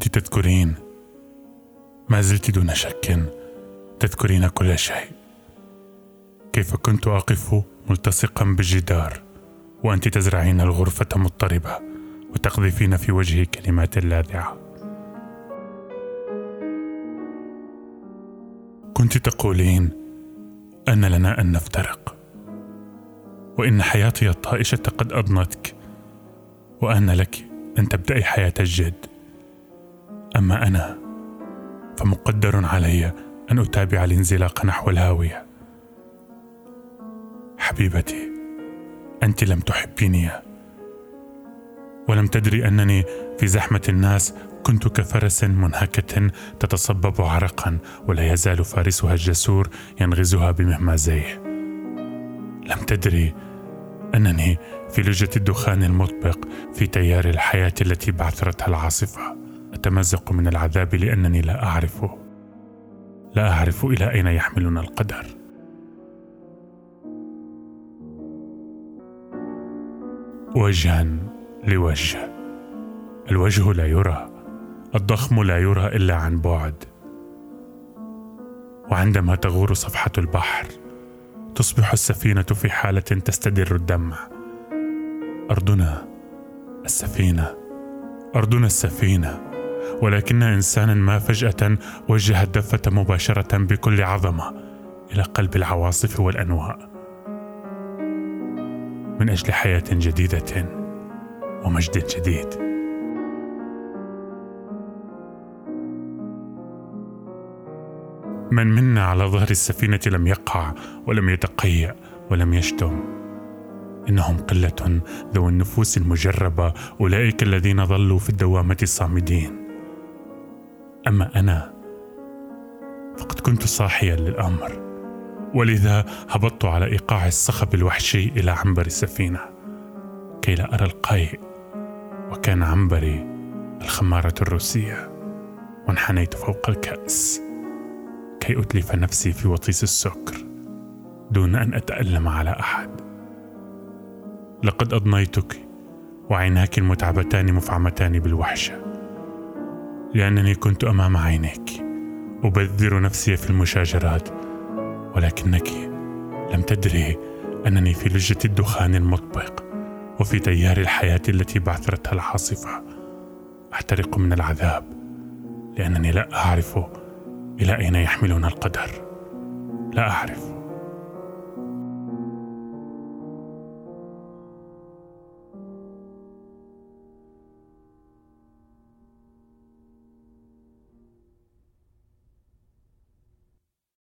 كنت تذكرين، ما زلت دون شك تذكرين كل شيء. كيف كنت أقف ملتصقا بالجدار وأنت تزرعين الغرفة مضطربة وتقذفين في وجهي كلمات لاذعة. كنت تقولين أن لنا أن نفترق، وإن حياتي الطائشة قد أضنتك، وأن لك أن تبدأي حياة الجد. أما أنا فمقدر علي أن أتابع الانزلاق نحو الهاوية. حبيبتي، أنت لم تحبيني، ولم تدري أنني في زحمة الناس كنت كفرس منهكة تتصبب عرقا، ولا يزال فارسها الجسور ينغزها بمهمازيه. لم تدري أنني في لجة الدخان المطبق في تيار الحياة التي بعثرتها العاصفة أتمزق من العذاب، لأنني لا أعرف إلى أين يحملنا القدر. وجها لوجه، الوجه لا يرى، الضخم لا يرى إلا عن بعد. وعندما تغور صفحة البحر تصبح السفينة في حالة تستدر الدمع. أرضنا السفينة، ولكن إنسانا ما فجأة وجه الدفة مباشرة بكل عظمة إلى قلب العواصف والأنواء، من أجل حياة جديدة ومجد جديد. من منا على ظهر السفينة لم يقع ولم يتقيأ ولم يشتم. إنهم قلة ذو النفوس المجربة، أولئك الذين ظلوا في الدوامة صامدين. أما أنا فقد كنت صاحيا للأمر، ولذا هبطت على إيقاع الصخب الوحشي إلى عنبر السفينة كي لا أرى القيء، وكان عنبري الخمارة الروسية. وانحنيت فوق الكأس كي أتلف نفسي في وطيس السكر دون أن أتألم على أحد. لقد أضنيتك، وعيناك المتعبتان مفعمتان بالوحشة، لأنني كنت أمام عينيك أبذر نفسي في المشاجرات، ولكنك لم تدري أنني في لجة الدخان المطبق وفي تيار الحياة التي بعثرتها العاصفة أحترق من العذاب، لأنني لا أعرف إلى أين يحملنا القدر. لا أعرف.